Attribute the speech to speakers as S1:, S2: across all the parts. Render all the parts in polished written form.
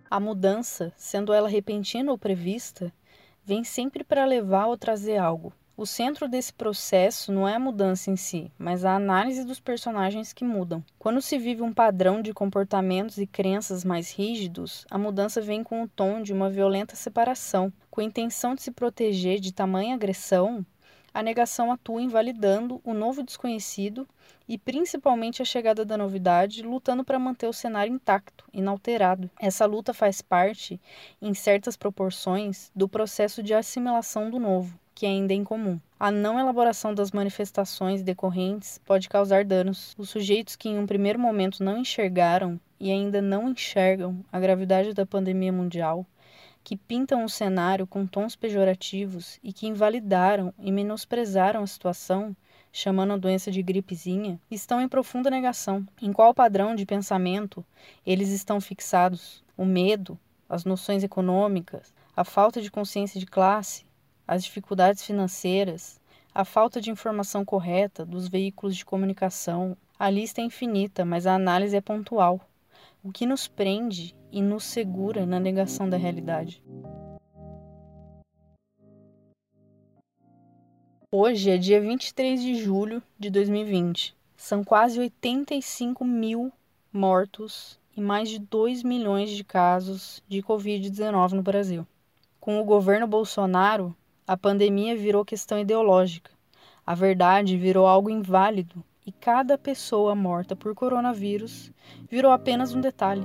S1: A mudança, sendo ela repentina ou prevista, vem sempre para levar ou trazer algo. O centro desse processo não é a mudança em si, mas a análise dos personagens que mudam. Quando se vive um padrão de comportamentos e crenças mais rígidos, a mudança vem com o tom de uma violenta separação. Com a intenção de se proteger de tamanha agressão, a negação atua invalidando o novo desconhecido e principalmente a chegada da novidade, lutando para manter o cenário intacto, inalterado. Essa luta faz parte, em certas proporções, do processo de assimilação do novo, que ainda é incomum. A não elaboração das manifestações decorrentes pode causar danos. Os sujeitos que em um primeiro momento não enxergaram e ainda não enxergam a gravidade da pandemia mundial, que pintam o cenário com tons pejorativos e que invalidaram e menosprezaram a situação, chamando a doença de gripezinha, estão em profunda negação. Em qual padrão de pensamento eles estão fixados? O medo, as noções econômicas, a falta de consciência de classe, as dificuldades financeiras, a falta de informação correta dos veículos de comunicação. A lista é infinita, mas a análise é pontual. O que nos prende e nos segura na negação da realidade. Hoje é dia 23 de julho de 2020. São quase 85 mil mortos e mais de 2 milhões de casos de Covid-19 no Brasil. Com o governo Bolsonaro, a pandemia virou questão ideológica. A verdade virou algo inválido e cada pessoa morta por coronavírus virou apenas um detalhe.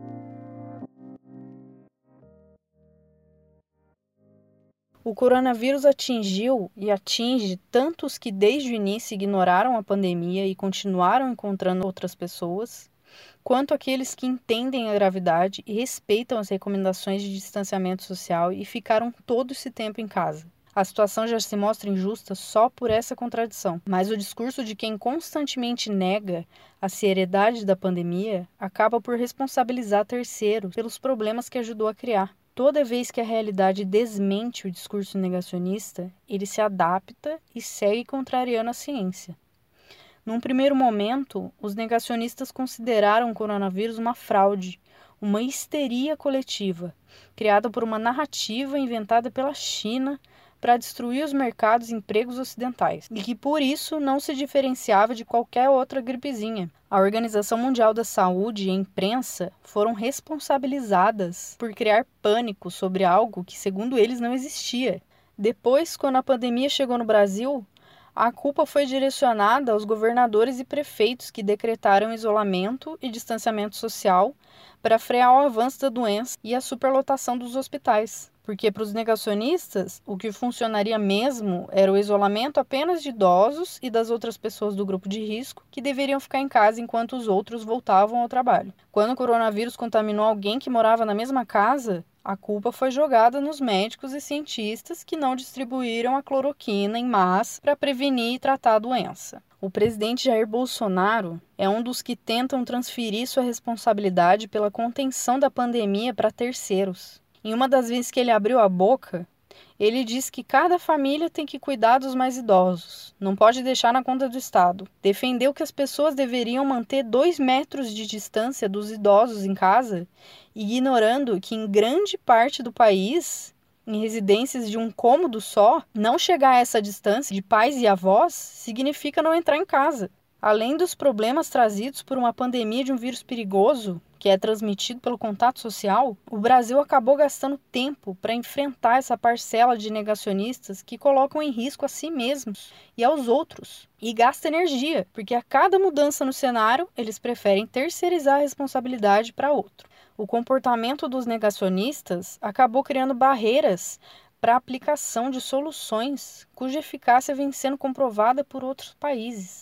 S1: O coronavírus atingiu e atinge tanto os que desde o início ignoraram a pandemia e continuaram encontrando outras pessoas, quanto aqueles que entendem a gravidade e respeitam as recomendações de distanciamento social e ficaram todo esse tempo em casa. A situação já se mostra injusta só por essa contradição, mas o discurso de quem constantemente nega a seriedade da pandemia acaba por responsabilizar terceiros pelos problemas que ajudou a criar. Toda vez que a realidade desmente o discurso negacionista, ele se adapta e segue contrariando a ciência. Num primeiro momento, os negacionistas consideraram o coronavírus uma fraude, uma histeria coletiva, criada por uma narrativa inventada pela China para destruir os mercados e empregos ocidentais, e que por isso não se diferenciava de qualquer outra gripezinha. A Organização Mundial da Saúde e a imprensa foram responsabilizadas por criar pânico sobre algo que, segundo eles, não existia. Depois, quando a pandemia chegou no Brasil, a culpa foi direcionada aos governadores e prefeitos que decretaram isolamento e distanciamento social para frear o avanço da doença e a superlotação dos hospitais. Porque para os negacionistas, o que funcionaria mesmo era o isolamento apenas de idosos e das outras pessoas do grupo de risco que deveriam ficar em casa enquanto os outros voltavam ao trabalho. Quando o coronavírus contaminou alguém que morava na mesma casa, a culpa foi jogada nos médicos e cientistas que não distribuíram a cloroquina em massa para prevenir e tratar a doença. O presidente Jair Bolsonaro é um dos que tentam transferir sua responsabilidade pela contenção da pandemia para terceiros. Em uma das vezes que ele abriu a boca, ele disse que cada família tem que cuidar dos mais idosos, não pode deixar na conta do Estado. Defendeu que as pessoas deveriam manter 2 metros de distância dos idosos em casa, ignorando que em grande parte do país, em residências de um cômodo só, não chegar a essa distância de pais e avós significa não entrar em casa. Além dos problemas trazidos por uma pandemia de um vírus perigoso, que é transmitido pelo contato social, o Brasil acabou gastando tempo para enfrentar essa parcela de negacionistas que colocam em risco a si mesmos e aos outros. E gasta energia, porque a cada mudança no cenário, eles preferem terceirizar a responsabilidade para outro. O comportamento dos negacionistas acabou criando barreiras para a aplicação de soluções cuja eficácia vem sendo comprovada por outros países.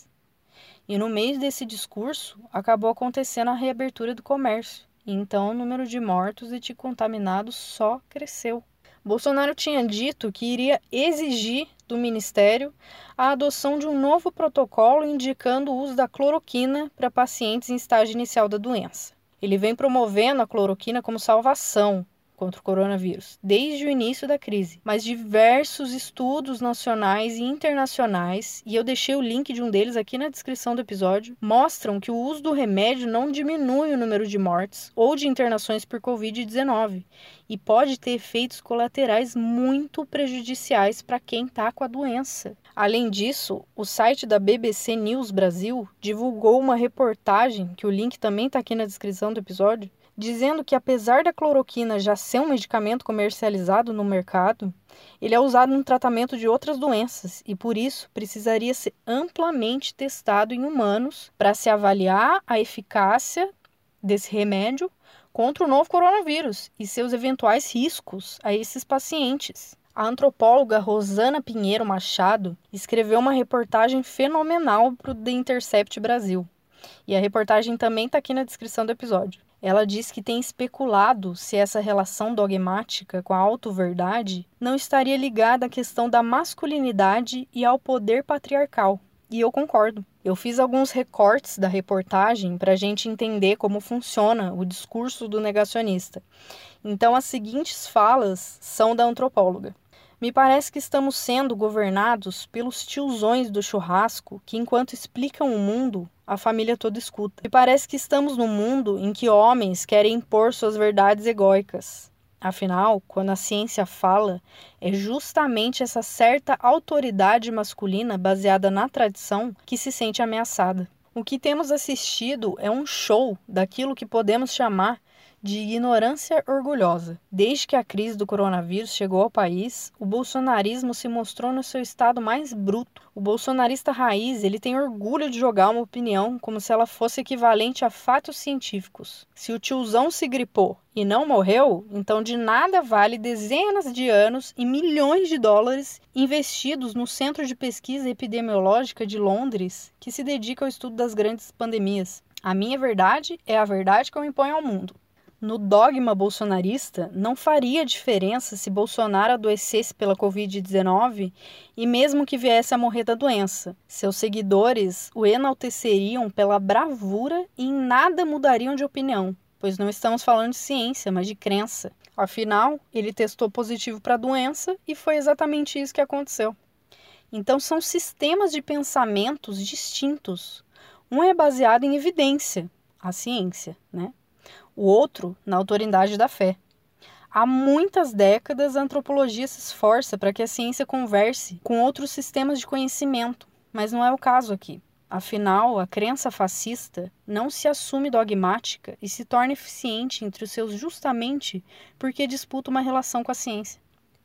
S1: E no meio desse discurso, acabou acontecendo a reabertura do comércio. E então o número de mortos e de contaminados só cresceu. Bolsonaro tinha dito que iria exigir do Ministério a adoção de um novo protocolo indicando o uso da cloroquina para pacientes em estágio inicial da doença. Ele vem promovendo a cloroquina como salvação, contra o coronavírus, desde o início da crise. Mas diversos estudos nacionais e internacionais, e eu deixei o link de um deles aqui na descrição do episódio, mostram que o uso do remédio não diminui o número de mortes ou de internações por Covid-19 e pode ter efeitos colaterais muito prejudiciais para quem está com a doença. Além disso, o site da BBC News Brasil divulgou uma reportagem, que o link também está aqui na descrição do episódio, dizendo que apesar da cloroquina já ser um medicamento comercializado no mercado, ele é usado no tratamento de outras doenças e, por isso, precisaria ser amplamente testado em humanos para se avaliar a eficácia desse remédio contra o novo coronavírus e seus eventuais riscos a esses pacientes. A antropóloga Rosana Pinheiro Machado escreveu uma reportagem fenomenal para o The Intercept Brasil. E a reportagem também está aqui na descrição do episódio. Ela diz que tem especulado se essa relação dogmática com a auto-verdade não estaria ligada à questão da masculinidade e ao poder patriarcal. E eu concordo. Eu fiz alguns recortes da reportagem para a gente entender como funciona o discurso do negacionista. Então, as seguintes falas são da antropóloga. Me parece que estamos sendo governados pelos tiozões do churrasco que, enquanto explicam o mundo, a família toda escuta. Me parece que estamos num mundo em que homens querem impor suas verdades egóicas. Afinal, quando a ciência fala, é justamente essa certa autoridade masculina baseada na tradição que se sente ameaçada. O que temos assistido é um show daquilo que podemos chamar de ignorância orgulhosa. Desde que a crise do coronavírus chegou ao país, o bolsonarismo se mostrou no seu estado mais bruto. O bolsonarista raiz, ele tem orgulho de jogar uma opinião como se ela fosse equivalente a fatos científicos. Se o tiozão se gripou e não morreu, então de nada vale dezenas de anos e milhões de dólares investidos no Centro de Pesquisa Epidemiológica de Londres, que se dedica ao estudo das grandes pandemias. A minha verdade é a verdade que eu imponho ao mundo. No dogma bolsonarista, não faria diferença se Bolsonaro adoecesse pela Covid-19 e mesmo que viesse a morrer da doença. Seus seguidores o enalteceriam pela bravura e em nada mudariam de opinião, pois não estamos falando de ciência, mas de crença. Afinal, ele testou positivo para a doença e foi exatamente isso que aconteceu. Então, são sistemas de pensamentos distintos. Um é baseado em evidência, a ciência, né? O outro na autoridade da fé. Há muitas décadas a antropologia se esforça para que a ciência converse com outros sistemas de conhecimento, mas não é o caso aqui. Afinal, a crença fascista não se assume dogmática e se torna eficiente entre os seus justamente porque disputa uma relação com a ciência.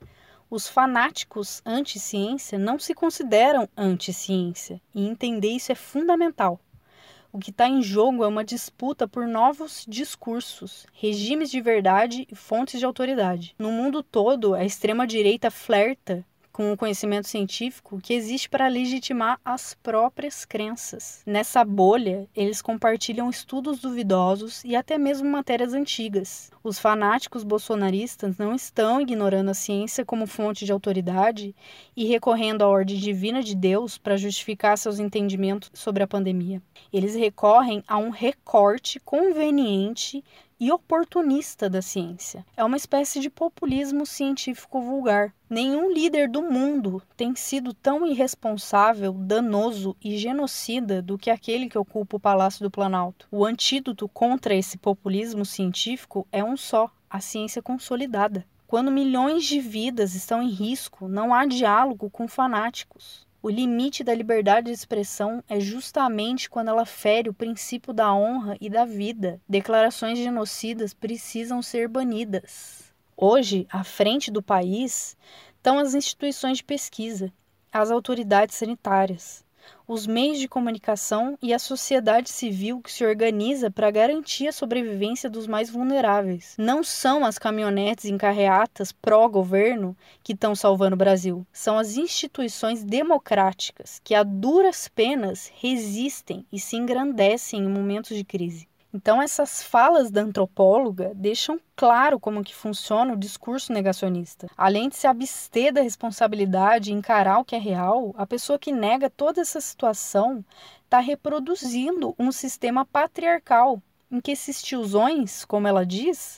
S1: Os fanáticos anti-ciência não se consideram anti-ciência, e entender isso é fundamental. O que está em jogo é uma disputa por novos discursos, regimes de verdade e fontes de autoridade. No mundo todo, a extrema-direita flerta com o conhecimento científico que existe para legitimar as próprias crenças. Nessa bolha, eles compartilham estudos duvidosos e até mesmo matérias antigas. Os fanáticos bolsonaristas não estão ignorando a ciência como fonte de autoridade e recorrendo à ordem divina de Deus para justificar seus entendimentos sobre a pandemia. Eles recorrem a um recorte conveniente e oportunista da ciência. É uma espécie de populismo científico vulgar. Nenhum líder do mundo tem sido tão irresponsável, danoso e genocida do que aquele que ocupa o Palácio do Planalto. O antídoto contra esse populismo científico é um só: a ciência consolidada. Quando milhões de vidas estão em risco, não há diálogo com fanáticos. O limite da liberdade de expressão é justamente quando ela fere o princípio da honra e da vida. Declarações genocidas precisam ser banidas. Hoje, à frente do país, estão as instituições de pesquisa, as autoridades sanitárias, os meios de comunicação e a sociedade civil que se organiza para garantir a sobrevivência dos mais vulneráveis. Não são as caminhonetes em carreatas pró-governo que estão salvando o Brasil. São as instituições democráticas que, a duras penas, resistem e se engrandecem em momentos de crise. Então, essas falas da antropóloga deixam claro como que funciona o discurso negacionista. Além de se abster da responsabilidade e encarar o que é real, a pessoa que nega toda essa situação está reproduzindo um sistema patriarcal, em que esses tiozões, como ela diz,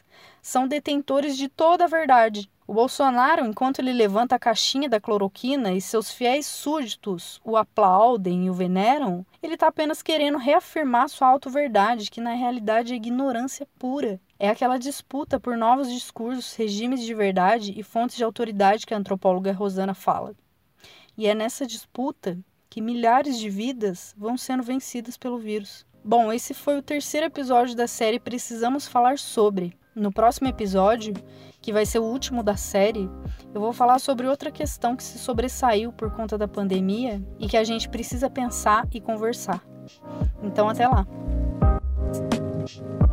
S1: são detentores de toda a verdade. O Bolsonaro, enquanto ele levanta a caixinha da cloroquina e seus fiéis súditos o aplaudem e o veneram, ele está apenas querendo reafirmar sua auto-verdade, que na realidade é ignorância pura. É aquela disputa por novos discursos, regimes de verdade e fontes de autoridade que a antropóloga Rosana fala. E é nessa disputa que milhares de vidas vão sendo vencidas pelo vírus. Bom, esse foi o terceiro episódio da série Precisamos Falar Sobre. No próximo episódio, que vai ser o último da série, eu vou falar sobre outra questão que se sobressaiu por conta da pandemia e que a gente precisa pensar e conversar. Então, até lá!